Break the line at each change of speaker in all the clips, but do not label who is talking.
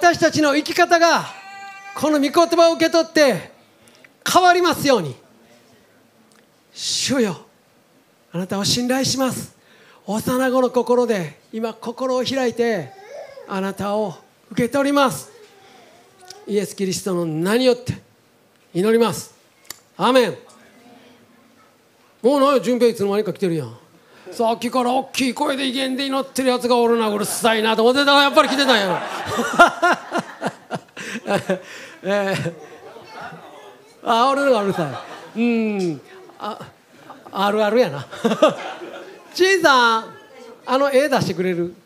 私たちの生き方がこの御言葉を受け取って変わりますように。主よ、あなたを信頼します。幼子の心で今心を開いてあなたを受け取ります。イエス・キリストの名によって祈ります。アーメン。もう何よ、順平いつの間にか来てるやん。さっきから大きい声で威厳で祈ってるやつがおるな、うるさいなと思ってたらやっぱり来てたんやろ。俺のがうるさい。あるあるやな。ちいさん、絵出してくれる？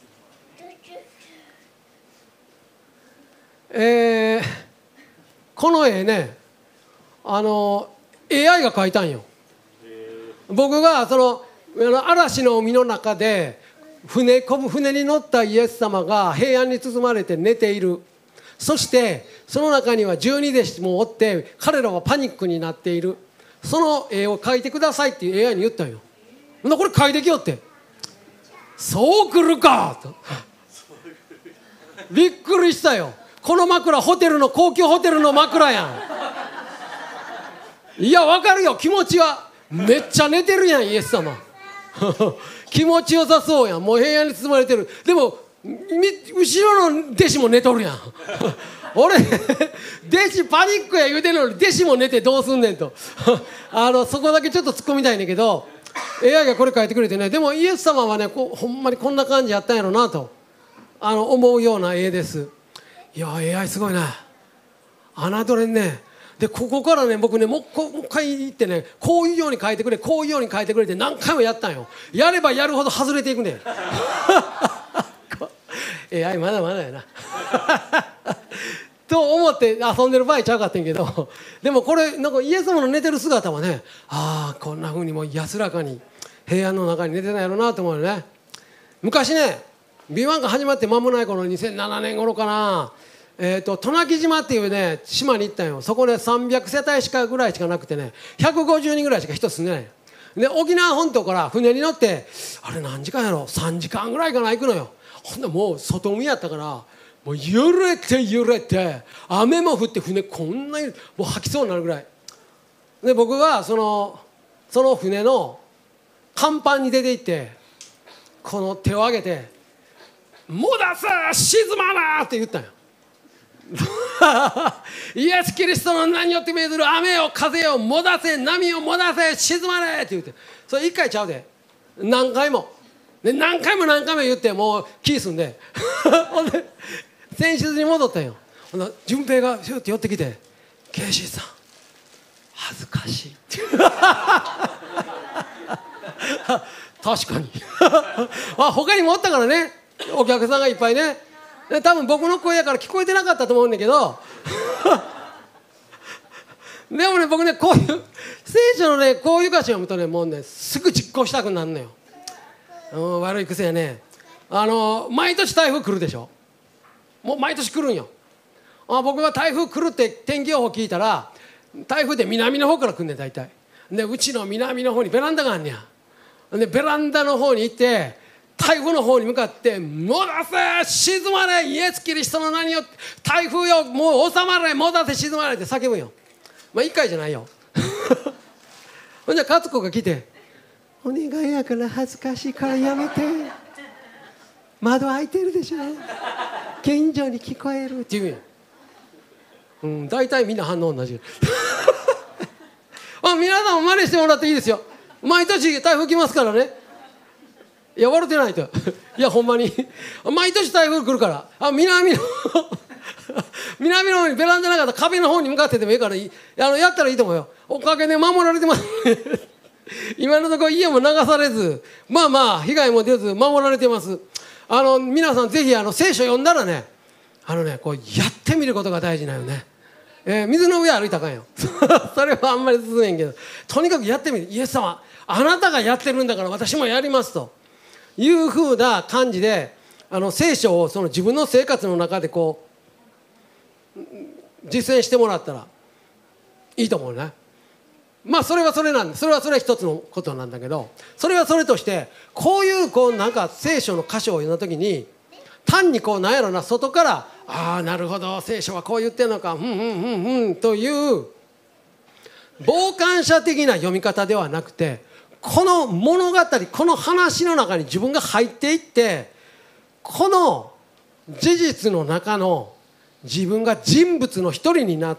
この絵ね、AI が描いたんよ。僕が嵐の海の中で船に乗ったイエス様が平安に包まれて寝ている。そしてその中には12弟子もおって彼らはパニックになっている。その絵を描いてくださいっていう AI に言ったんよ。これ描いてきよって。そう来るかとびっくりしたよ。この枕高級ホテルの枕やん。いやわかるよ、気持ちは。めっちゃ寝てるやんイエス様。気持ちよさそうやん。もう平安に包まれてる。でも後ろの弟子も寝とるやん。俺弟子パニックや言うてるのに弟子も寝てどうすんねんと。そこだけちょっと突っ込みたいねんけど、 AI がこれ書いてくれてね。でもイエス様はね、ほんまにこんな感じやったんやろなと思うような絵です。いや AI すごいな。侮れんね。でここからね、僕ねもう一回言ってね、こういうように書いてくれ、こういうように書いてくれって何回もやったんよ。やればやるほど外れていくねん。AI まだまだやな。と思って遊んでる場合ちゃうかったんけど、でもこれなんかイエス様の寝てる姿はね、こんな風にもう安らかに平安の中に寝てたんやろなと思うよね。昔ね、B1 が始まって間もない頃、2007年頃かな、渡名喜島っていうね島に行ったんよ。そこね300世帯ぐらいしかなくてね、150人ぐらいしか人住んでない。で沖縄本島から船に乗って、あれ何時間やろ、3時間ぐらいかな行くのよ。ほんでもう外海やったから、もう揺れて雨も降って船こんなにもう吐きそうになるぐらいで、僕はその船の甲板に出て行って、この手を挙げて「もだす沈まな!」って言ったんよ。イエス・キリストの名によって命ずる雨よ風よもだせ、波をもだせ、沈まれって言って、それ1回ちゃうで、何回も言って、もう気済んでほんで船室に戻ったんよ。ほんで順平がシューって寄ってきて「ケイシーさん恥ずかしい」って確かに他にもおったからね、お客さんがいっぱいね。多分僕の声やから聞こえてなかったと思うんだけどでもね、僕ねこういう聖書のねこういう歌詞を読むとね、もうねすぐ実行したくなるのよ。悪い癖やね。毎年台風来るでしょ。もう毎年来るんよ。僕が台風来るって天気予報聞いたら、台風で南の方から来んねん大体。でうちの南の方にベランダがあんねや。でベランダの方に行って台風の方に向かって「もだせ沈まれイエス・キリストの名によって台風よもう収まれもだせ沈まれ」って叫ぶんよ。まあ1回じゃないよ。ほんじゃ勝子が来て「お願いやから恥ずかしいからやめて、窓開いてるでしょ、近所に聞こえる」って言うんよ。大体みんな反応同じ。皆さんも真似してもらっていいですよ。毎年台風来ますからね。いや笑ってないと。いやほんまに毎年台風来るから、南の方にベランダなかったら壁の方に向かってでもいいからやったらいいと思うよ。おかげで守られてます。今のところ家も流されず、まあ被害も出ず守られてます。皆さんぜひ聖書読んだらね、こうやってみることが大事なよね。水の上歩いたらあかんよ。それはあんまり進めんけど、とにかくやってみる。イエス様あなたがやってるんだから私もやりますというふうな感じで聖書を自分の生活の中でこう実践してもらったらいいと思うね。まあそれはそれなんで、それは一つのことなんだけど、それはそれとしてこういうなんか聖書の箇所を読んだ時に単になんやろな、外からああなるほど聖書はこう言ってるのかという傍観者的な読み方ではなくて、この物語この話の中に自分が入っていって、この事実の中の自分が人物の一人になって、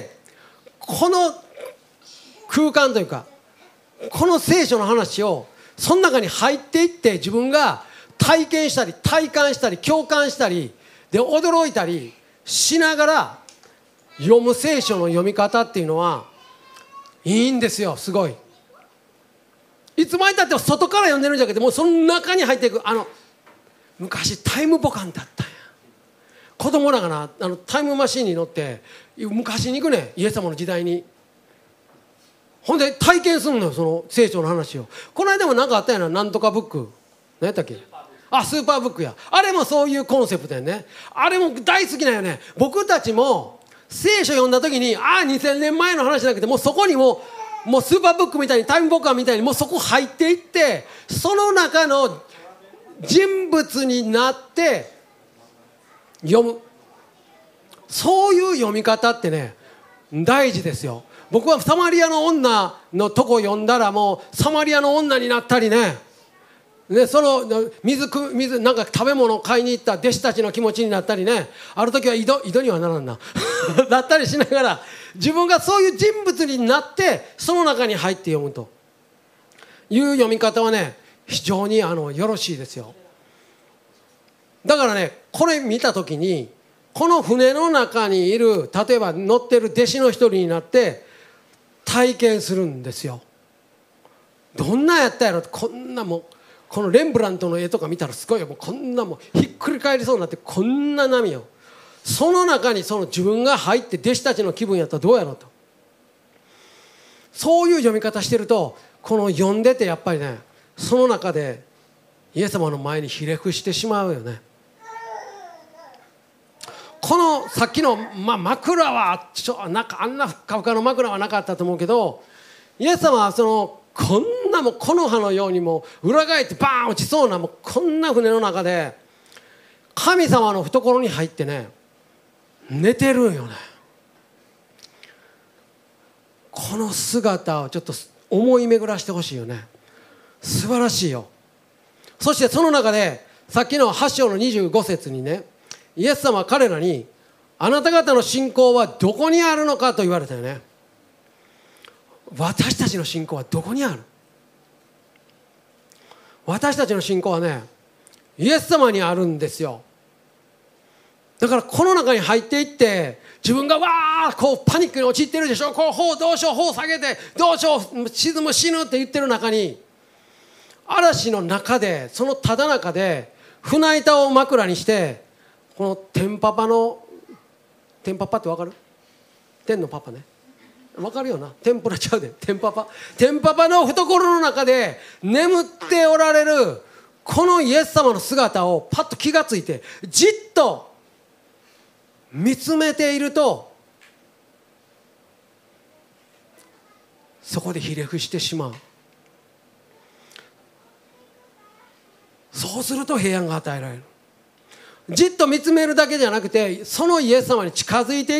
この空間というかこの聖書の話をその中に入っていって、自分が体験したり体感したり共感したりで驚いたりしながら読む聖書の読み方っていうのはいいんですよ。すごいいつまでたって外から読んでるんじゃなくて、もうその中に入っていく。昔タイムボカンだったんや。子供らがなタイムマシンに乗って昔に行くね、イエス様の時代に。ほんで体験するのよ、その聖書の話を。この間も何かあったやな、なんとかブック何やったっけ、スーパーブックや。あれもそういうコンセプトやね。あれも大好きなんよね。僕たちも聖書読んだ時に2000年前の話じゃなくて、もうそこにもうスーパーブックみたいにタイムボカンみたいにもうそこ入っていって、その中の人物になって読む、そういう読み方ってね大事ですよ。僕はサマリアの女のとこ読んだら、もうサマリアの女になったりね、その水なんか食べ物を買いに行った弟子たちの気持ちになったりね、ある時は井戸にはならんななったりしながら、自分がそういう人物になってその中に入って読むという読み方はね非常によろしいですよ。だからね、これ見た時にこの船の中にいる、例えば乗ってる弟子の一人になって体験するんですよ。どんなやったやろ。こんなもうこのレンブラントの絵とか見たらすごいよ。もうこんなもうひっくり返りそうになって、こんな波よ。その中にその自分が入って弟子たちの気分やったらどうやろうと、そういう読み方してると、この読んでてやっぱりね、その中でイエス様の前にひれ伏してしまうよね。このさっきの、枕はなんかあんなふっかふかの枕はなかったと思うけど、イエス様はこんなもう木の葉のようにもう裏返ってバーン落ちそうな、もうこんな船の中で神様の懐に入ってね寝てるんよね。この姿をちょっと思い巡らしてほしいよね。素晴らしいよ。そしてその中でさっきの8章の25節にね、イエス様は彼らにあなた方の信仰はどこにあるのかと言われたよね。私たちの信仰はどこにある？私たちの信仰はねイエス様にあるんですよ。だからこの中に入っていって、自分がわーこうパニックに陥ってるでしょ。こう砲どうしよう、砲下げてどうしよう、沈む死ぬって言ってる中に、嵐の中でそのただ中で船板を枕にして、この天パパってわかる？天のパパね、わかるよな。天ぷらちゃうで、天パパの懐の中で眠っておられるこのイエス様の姿をパッと気がついてじっと見つめていると、そこでひれ伏してしまう。そうすると平安が与えられる。じっと見つめるだけじゃなくて、そのイエス様に近づいていって、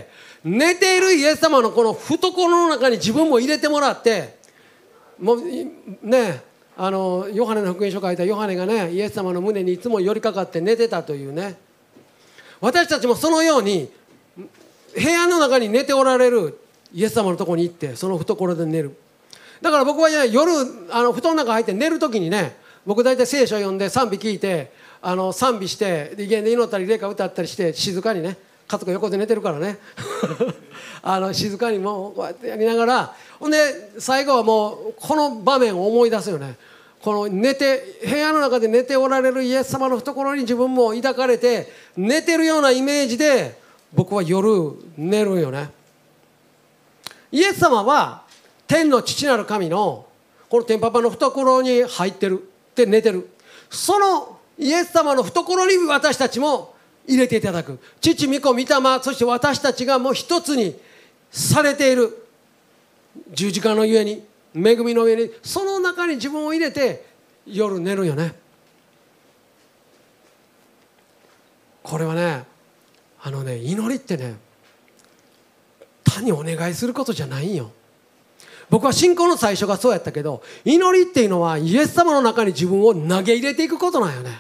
寝ているイエス様のこの懐の中に自分も入れてもらって、もうね、ヨハネの福音書書いたヨハネがね、イエス様の胸にいつも寄りかかって寝てたというね、私たちもそのように部屋の中に寝ておられるイエス様のところに行って、その懐で寝る。だから僕は、ね、夜布団の中入って寝る時にね、僕大体聖書を読んで賛美聞いて、賛美して威厳で祈ったり礼歌歌ったりして、静かにね、家族横で寝てるからね静かにもうこうやってやりながら、ほんで最後はもうこの場面を思い出すよね。この部屋の中で寝ておられるイエス様の懐に自分も抱かれて寝てるようなイメージで僕は夜寝るよね。イエス様は天の父なる神のこの天パパの懐に入ってるって寝てる。そのイエス様の懐に私たちも入れていただく。父、御子、御霊、そして私たちがもう一つにされている。十字架の上に、恵みの上に、その中に自分を入れて夜寝るよね。これはね、 祈りってね、単にお願いすることじゃないんよ。僕は信仰の最初がそうやったけど、祈りっていうのはイエス様の中に自分を投げ入れていくことなんよね。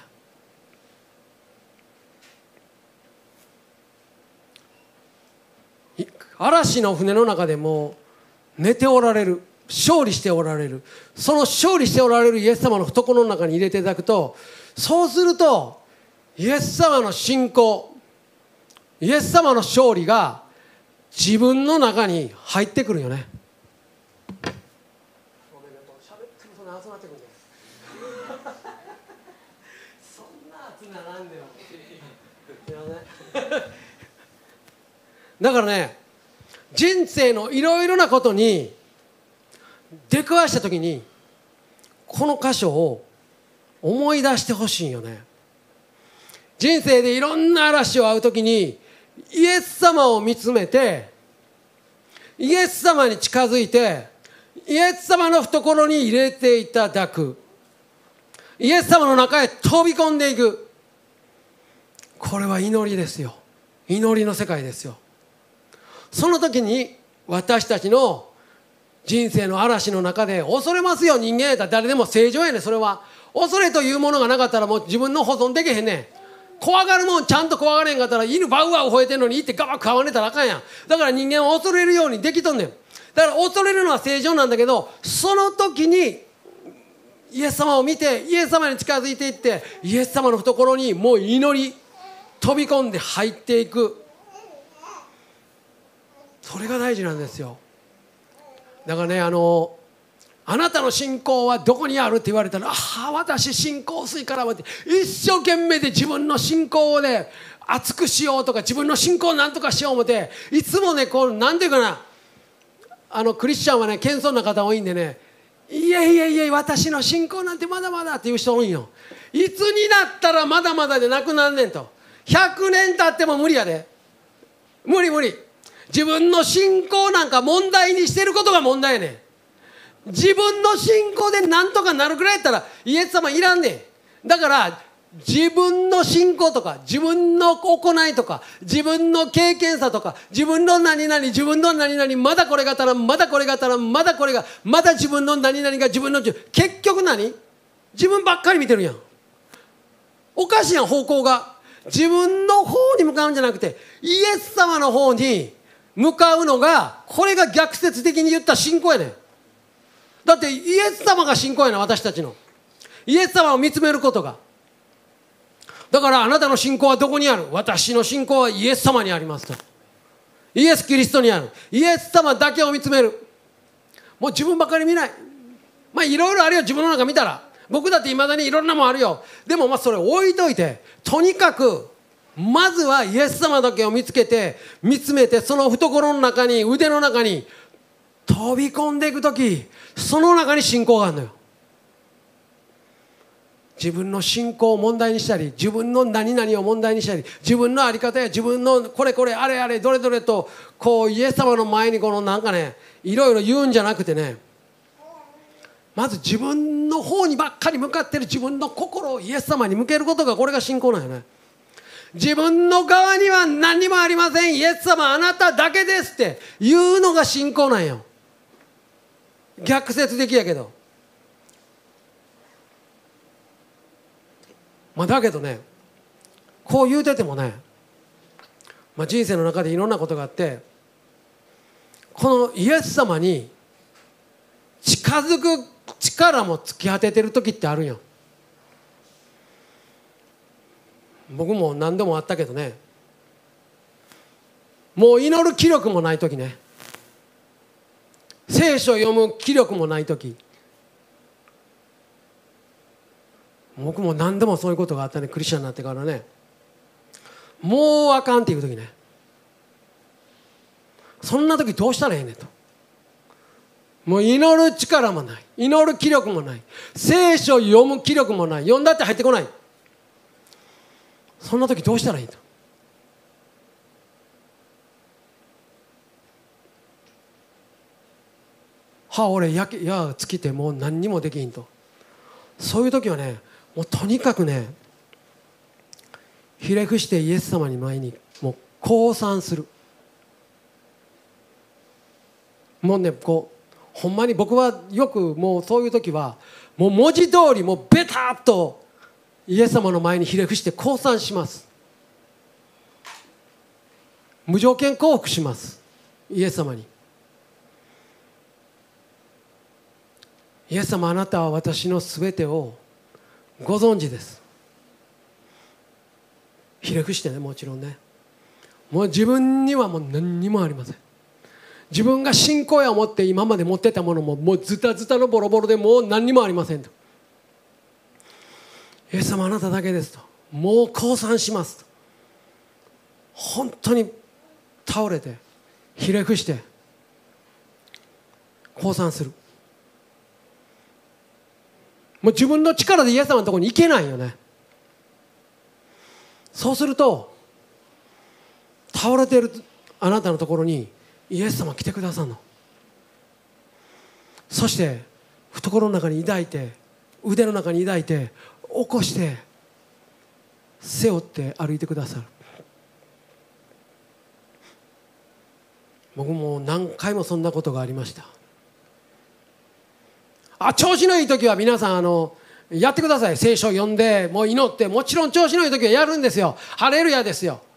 嵐の船の中でも寝ておられる、勝利しておられる、その勝利しておられるイエス様の懐の中に入れていただくと、そうするとイエス様の信仰、イエス様の勝利が自分の中に入ってくるよね。だからね、人生のいろいろなことに出くわしたときにこの箇所を思い出してほしいよね。人生でいろんな嵐を会うときにイエス様を見つめて、イエス様に近づいて、イエス様の懐に入れていただく、イエス様の中へ飛び込んでいく。これは祈りですよ。祈りの世界ですよ。その時に私たちの人生の嵐の中で、恐れますよ、人間やったら誰でも正常やねん。それは恐れというものがなかったらもう自分の保存できへんねん。怖がるもんちゃんと怖がれんかったら、犬バウワウ吠えてんのに行ってガバッ飼われたらあかんやん。だから人間は恐れるようにできとんねん。だから恐れるのは正常なんだけど、その時にイエス様を見て、イエス様に近づいていって、イエス様の懐にもう祈り飛び込んで入っていく。それが大事なんですよ。だからね、あなたの信仰はどこにあるって言われたら、私信仰薄いからって一生懸命で自分の信仰をね熱くしようとか、自分の信仰をなんとかしよう思って、いつもねこうなんていうかな、クリスチャンはね謙遜な方多いんでね、いやいやいや私の信仰なんてまだまだっていう人多いんよ。いつになったらまだまだでなくなんねんと。100年経っても無理やで。無理無理。自分の信仰なんか問題にしてることが問題やねん。自分の信仰でなんとかなるくらいやったらイエス様いらんねん。だから自分の信仰とか自分の行いとか自分の経験さとか自分の何々自分の何々、まだこれが足らん、まだこれが足らん、まだこれがまだ自分の何々が自分の、結局何、自分ばっかり見てるやん。おかしいやん、方向が。自分の方に向かうんじゃなくてイエス様の方に向かうのが、これが逆説的に言った信仰やねん。だってイエス様が信仰やねん。私たちのイエス様を見つめることが。だからあなたの信仰はどこにある？私の信仰はイエス様にありますと。イエス・キリストにある。イエス様だけを見つめる。もう自分ばかり見ない。まあいろいろあるよ、自分の中見たら。僕だっていまだにいろんなもんあるよ。でもまあそれ置いといて、とにかくまずはイエス様だけを見つけて、見つめて、その懐の中に、腕の中に飛び込んでいくとき、その中に信仰があるのよ。自分の信仰を問題にしたり、自分の何々を問題にしたり、自分の在り方や自分のこれこれあれあれどれどれとこうイエス様の前にこのなんかね、いろいろ言うんじゃなくてね、まず自分の方にばっかり向かってる自分の心をイエス様に向けることが、これが信仰なんよね。自分の側には何にもありません、イエス様あなただけですって言うのが信仰なんよ。逆説的やけど、だけどね、こう言うててもね、人生の中でいろんなことがあって、このイエス様に近づく力も突き果ててる時ってあるんよ。僕も何度もあったけどね、もう祈る気力もない時ね、聖書を読む気力もない時、僕も何度もそういうことがあったね。クリスチャンになってからね、もうあかんっていう時ね、そんな時どうしたらええねんと。もう祈る力もない、祈る気力もない、聖書を読む気力もない、読んだって入ってこない。そんな時どうしたらいいと。俺や尽きてもう何にもできひんと。そういう時はね、もうとにかくね、ひれ伏してイエス様に前にもう降参する。もうね、ほんまに僕はよくもうそういう時はもう文字通りもうベタっとイエス様の前にひれ伏して降参します。無条件降伏します。イエス様に。イエス様、あなたは私のすべてをご存知です。ひれ伏してね、もちろんね。もう自分にはもう何にもありません。自分が信仰や思って今まで持ってたものももうズタズタのボロボロでもう何にもありませんと。イエス様、あなただけですと。もう降参しますと。本当に倒れてひれ伏して降参する。もう自分の力でイエス様のところに行けないよね。そうすると倒れているあなたのところにイエス様来てくださるの。そして懐の中に抱いて、腕の中に抱いて起こして背負って歩いてくださる。僕も何回もそんなことがありました。調子のいい時は皆さんやってください。聖書を読んでもう祈って、もちろん調子のいい時はやるんですよ。ハレルヤですよ。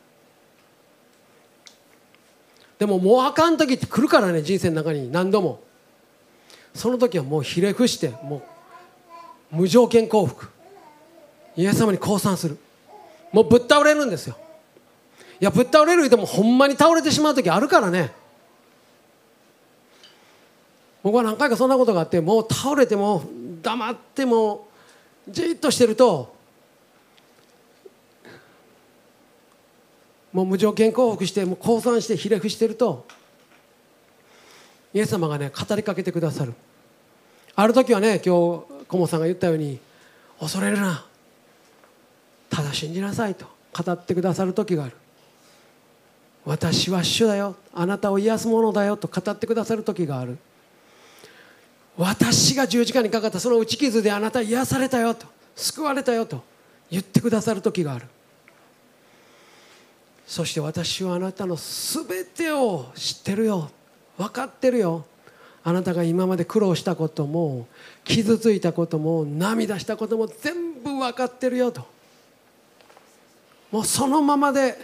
でももうあかん時って来るからね、人生の中に何度も。その時はもうひれ伏してもう無条件降伏、イエス様に降参する。もうぶっ倒れるんですよ。いや、ぶっ倒れる言ってもほんまに倒れてしまう時あるからね。僕は何回かそんなことがあって、もう倒れても黙ってもじっとしてると、もう無条件降伏してもう降参してひれ伏してると、イエス様がね語りかけてくださる。ある時はね、今日コモさんが言ったように、恐れるな、ただ信じなさいと語ってくださる時がある。私は主だよ、あなたを癒すものだよと語ってくださる時がある。私が十字架にかかったその打ち傷であなた癒されたよと、救われたよと言ってくださる時がある。そして私はあなたのすべてを知ってるよ、分かってるよ、あなたが今まで苦労したことも傷ついたことも涙したことも全部分かってるよと、もうそのままで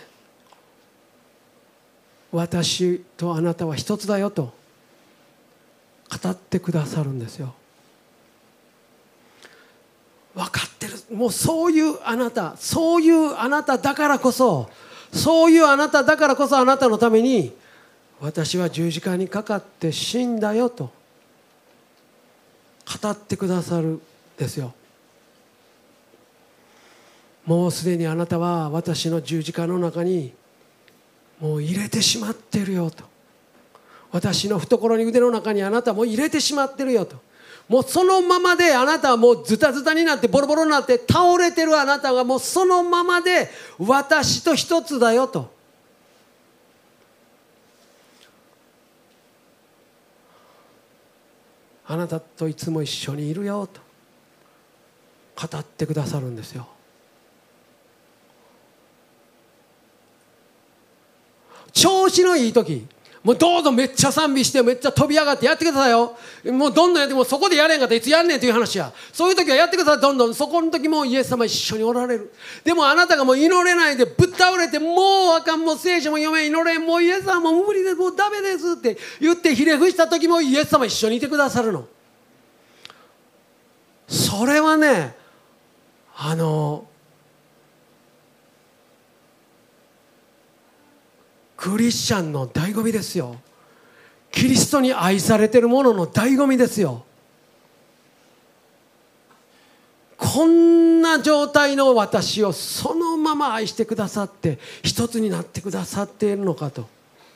私とあなたは一つだよと語ってくださるんですよ。分かってる。もうそういうあなた、そういうあなただからこそ、そういうあなただからこそ、あなたのために私は十字架にかかって死んだよと語ってくださるんですよ。もうすでにあなたは私の十字架の中にもう入れてしまっているよと、私の懐に腕の中にあなたもう入れてしまっているよと、もうそのままであなたはもうズタズタになってボロボロになって倒れてるあなたがもうそのままで私と一つだよと、あなたといつも一緒にいるよと語ってくださるんですよ。調子のいい時、もうどうぞめっちゃ賛美してめっちゃ飛び上がってやってくださいよ。もうどんどんやって、もうそこでやれんかったらいつやんねんという話や。そういう時はやってください。どんどんそこの時もイエス様一緒におられる。でもあなたがもう祈れないでぶっ倒れて、もうあかん、もう聖書も読めん、祈れん、もうイエス様もう無理です、もうダメですって言ってひれ伏した時もイエス様一緒にいてくださるの。それはね、クリスチャンの醍醐味ですよ。キリストに愛されている者の醍醐味ですよ。こんな状態の私をそのまま愛してくださって一つになってくださっているのかと。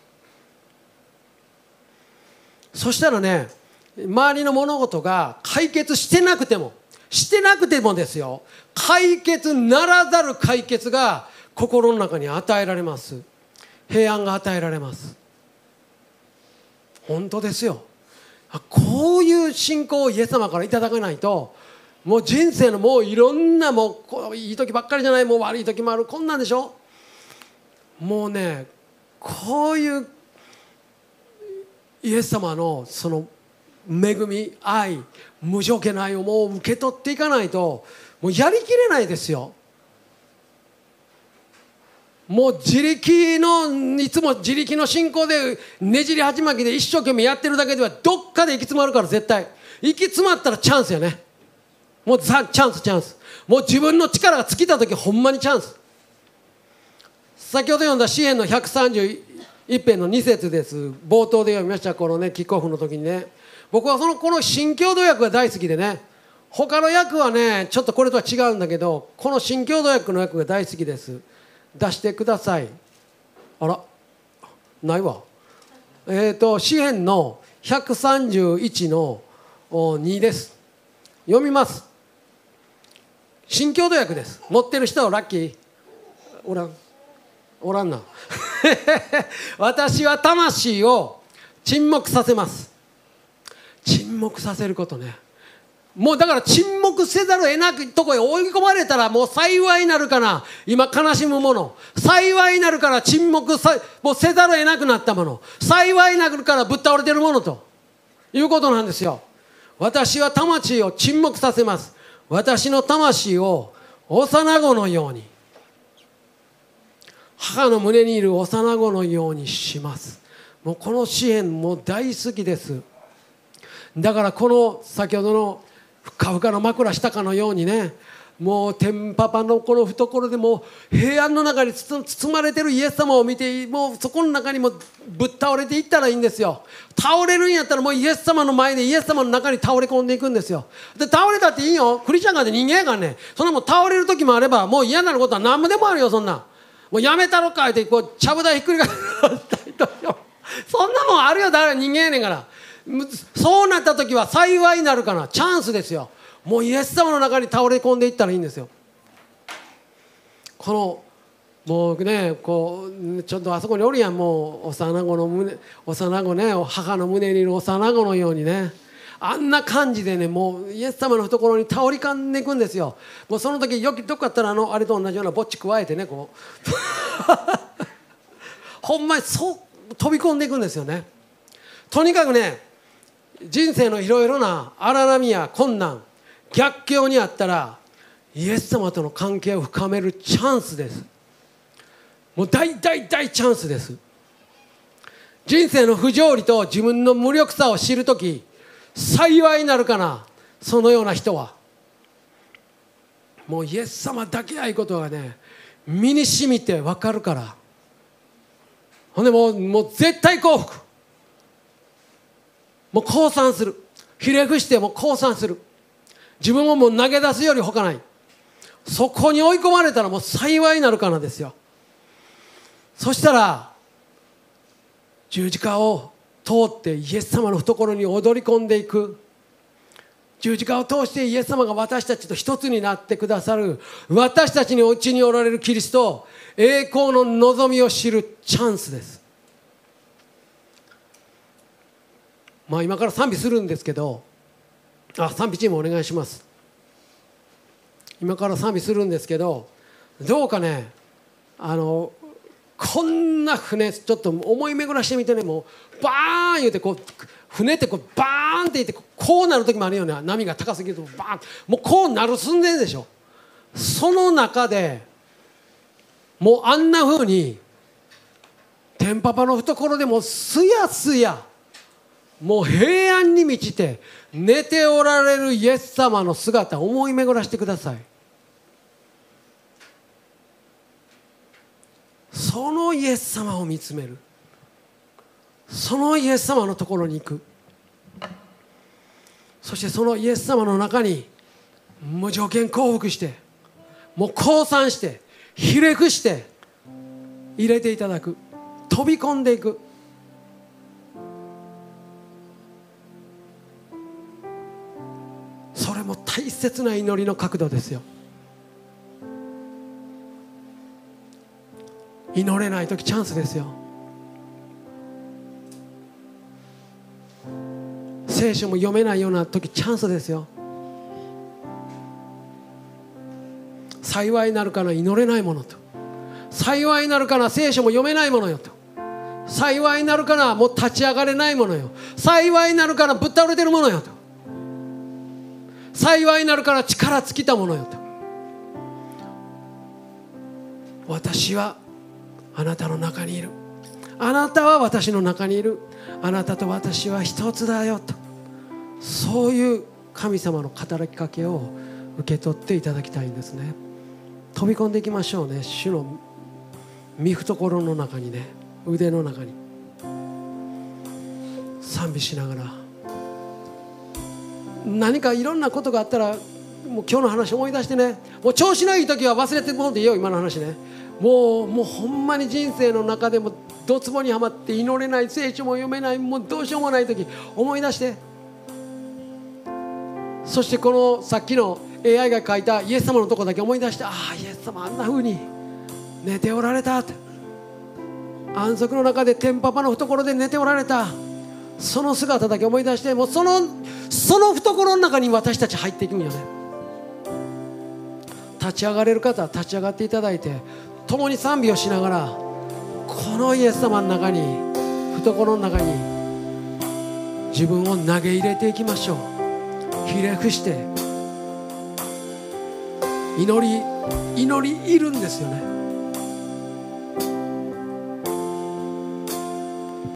そしたらね、周りの物事が解決してなくてもですよ、解決ならざる解決が心の中に与えられます。平安が与えられます。本当ですよ。こういう信仰をイエス様からいただかないと、もう人生のもういろんな、もういい時ばっかりじゃない、もう悪い時もある、こんなんでしょ。もうね、 こういうイエス様のその恵み、愛、無条件の愛をもう受け取っていかないともうやりきれないですよ。もう自力のいつも自力の信仰でねじり鉢巻きで一生懸命やってるだけではどっかで行き詰まるから。絶対行き詰まったらチャンスやね。もうチャンス。もう自分の力が尽きた時ほんまにチャンス。先ほど読んだ詩編の131編の2節です。冒頭で読みました。このねキックオフの時にね、僕はこの新共同訳が大好きでね、他の訳はねちょっとこれとは違うんだけど、この新共同訳の訳が大好きです。出してください。あらないわ。詩編の131の2です。読みます。新共同訳です。持ってる人はラッキー。おらんな私は魂を沈黙させます。沈黙させることね。もうだから沈黙せざるを得なくとこへ追い込まれたらもう幸いになるから、今悲しむもの、幸いになるから沈黙もうせざるを得なくなったもの、幸いになるからぶっ倒れてるものということなんですよ。私は魂を沈黙させます。私の魂を幼子のように、母の胸にいる幼子のようにします。もうこの詩篇も大好きです。だからこの先ほどのふかふかの枕したかのようにね、もう天パパのこの懐でも平安の中に包まれてるイエス様を見て、もうそこの中にもぶっ倒れていったらいいんですよ。倒れるんやったらもうイエス様の前でイエス様の中に倒れ込んでいくんですよ。で倒れたっていいよ。クリスチャンがで人間やからね、そんなもん倒れる時もあればもう嫌なることは何もでもあるよ。そんなもうやめたろかってこうちゃぶ台ひっくり返ったりとかそんなもんあるよ。だから人間やねんから。そうなった時は幸いになるからチャンスですよ。もうイエス様の中に倒れ込んでいったらいいんですよ。このもうねこうちょっとあそこにおるやん、もう幼子ね、母の胸にいる幼子のようにね、あんな感じでね、もうイエス様の懐に倒れ込んでいくんですよ。もうその時よくどっかあったらあれと同じようなぼっち加えてね、こうほんまにそう飛び込んでいくんですよね。とにかくね、人生のいろいろな荒波や困難、逆境にあったらイエス様との関係を深めるチャンスです。もう大チャンスです。人生の不条理と自分の無力さを知るとき幸いになるかな。そのような人はもうイエス様だけやいうことがね身に染みて分かるから。ほんでもう絶対幸福、もう降参する。ひれ伏しても降参する。自分をもう投げ出すより他ない。そこに追い込まれたらもう幸いになるからですよ。そしたら十字架を通ってイエス様の懐に踊り込んでいく。十字架を通してイエス様が私たちと一つになってくださる、私たちのうちにおられるキリスト、栄光の望みを知るチャンスです。まあ今から賛美するんですけど、賛美チームお願いします。今から賛美するんですけど、どうかねこんな船ちょっと思い巡らしてみてね、もうバーン言うてこう船ってこうバーンって言ってこうなる時もあるよね。波が高すぎるとバーン、もうこうなる寸前でしょ。その中でもうあんな風に天パパの懐でもすやすやもう平安に満ちて寝ておられるイエス様の姿を思い巡らしてください。そのイエス様を見つめる。そのイエス様のところに行く。そしてそのイエス様の中に無条件降伏して、もう降参してひれ伏して入れていただく。飛び込んでいく。それも大切な祈りの角度ですよ。祈れない時チャンスですよ。聖書も読めないような時チャンスですよ。幸いになるから祈れないものと、幸いになるから聖書も読めないものよと、 幸いなるからもう立ち上がれないものよ。幸いなるからぶっ倒れてるものよと。幸いなるから力尽きたものよと。私はあなたの中にいる。あなたは私の中にいる。あなたと私は一つだよと。そういう神様の働きかけを受け取っていただきたいんですね。飛び込んでいきましょうね。主の御懐の中にね、腕の中に賛美しながら、何かいろんなことがあったらもう今日の話思い出してね、もう調子のいい時は忘れてもんでいいよ。今の話ね、もうほんまに人生の中でもドツボにはまって祈れない、聖書も読めない、もうどうしようもない時思い出して、そしてこのさっきの AI が書いたイエス様のとこだけ思い出して、ああイエス様あんな風に寝ておられたって、安息の中で天パパの懐で寝ておられた、その姿だけ思い出して、もうその懐の中に私たち入っていくんよね。立ち上がれる方は立ち上がっていただいて、共に賛美をしながらこのイエス様の中に、懐の中に自分を投げ入れていきましょう。ひれ伏して祈りいるんですよね。